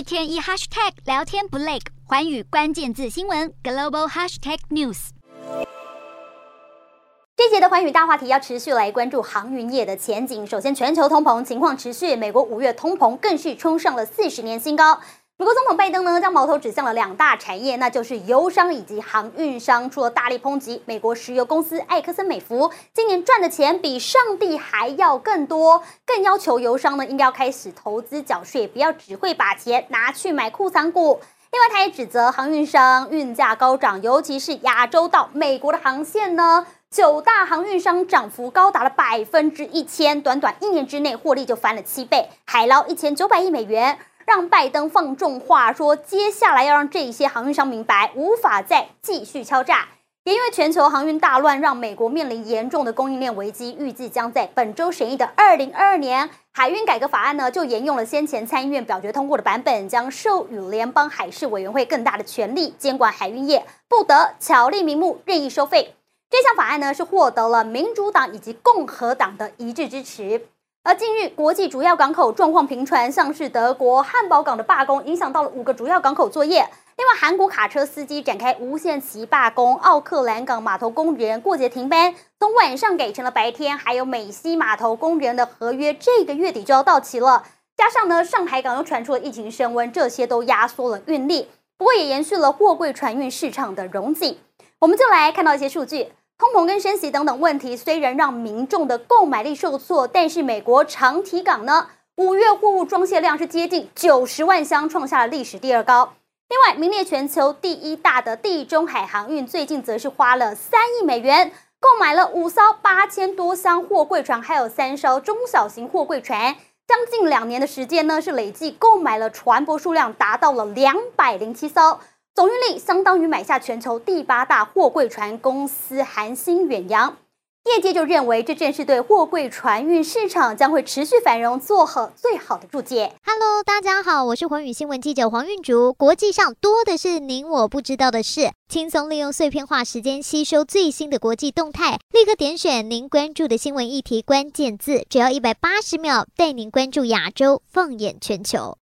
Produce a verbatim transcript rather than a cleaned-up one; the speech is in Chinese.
天一 hashtag 聊天不累，寰宇关键字新闻 global hashtag news。 这节的寰宇大话题要持续来关注航运业的前景。首先，全球通膨情况持续，美国五月通膨更是冲上了四十年新高。美国总统拜登呢，将矛头指向了两大产业，那就是油商以及航运商。除了大力抨击美国石油公司埃克森美孚今年赚的钱比上帝还要更多，更要求油商呢应该要开始投资缴税，不要只会把钱拿去买库藏股。另外，他也指责航运商运价高涨，尤其是亚洲到美国的航线呢，九大航运商涨幅高达了百分之一千，短短一年之内获利就翻了七倍，海捞一千九百亿美元。让拜登放重话说，接下来要让这些航运商明白，无法再继续敲诈。也因为全球航运大乱，让美国面临严重的供应链危机，预计将在本周审议的二零二二年海运改革法案呢，就沿用了先前参议院表决通过的版本，将授予联邦海事委员会更大的权力，监管海运业，不得巧立名目任意收费。这项法案呢，是获得了民主党以及共和党的一致支持。而近日，国际主要港口状况频传，像是德国汉堡港的罢工，影响到了五个主要港口作业。另外，韩国卡车司机展开无限期罢工，奥克兰港码头工人过节停班，从晚上改成了白天。还有美西码头工人的合约，这个月底就要到期了。加上呢，上海港又传出了疫情升温，这些都压缩了运力，不过也延续了货柜船运市场的荣景。我们就来看到一些数据。通膨跟升息等等问题虽然让民众的购买力受挫，但是美国长堤港呢，五月货物装卸量是接近九十万箱，创下了历史第二高。另外，名列全球第一大的地中海航运最近则是花了三亿美元，购买了五艘八千多箱货柜船，还有三艘中小型货柜船。将近两年的时间呢，是累计购买了船舶数量达到了两百零七艘。总运力相当于买下全球第八大货柜船公司韩星远洋，业界就认为这正是对货柜船运市场将会持续繁荣做好最好的注解。 Hello， 大家好，我是寰宇新闻记者黄韵竹。国际上多的是您我不知道的事，轻松利用碎片化时间吸收最新的国际动态，立刻点选您关注的新闻议题关键字，只要一百八十秒，带您关注亚洲，放眼全球。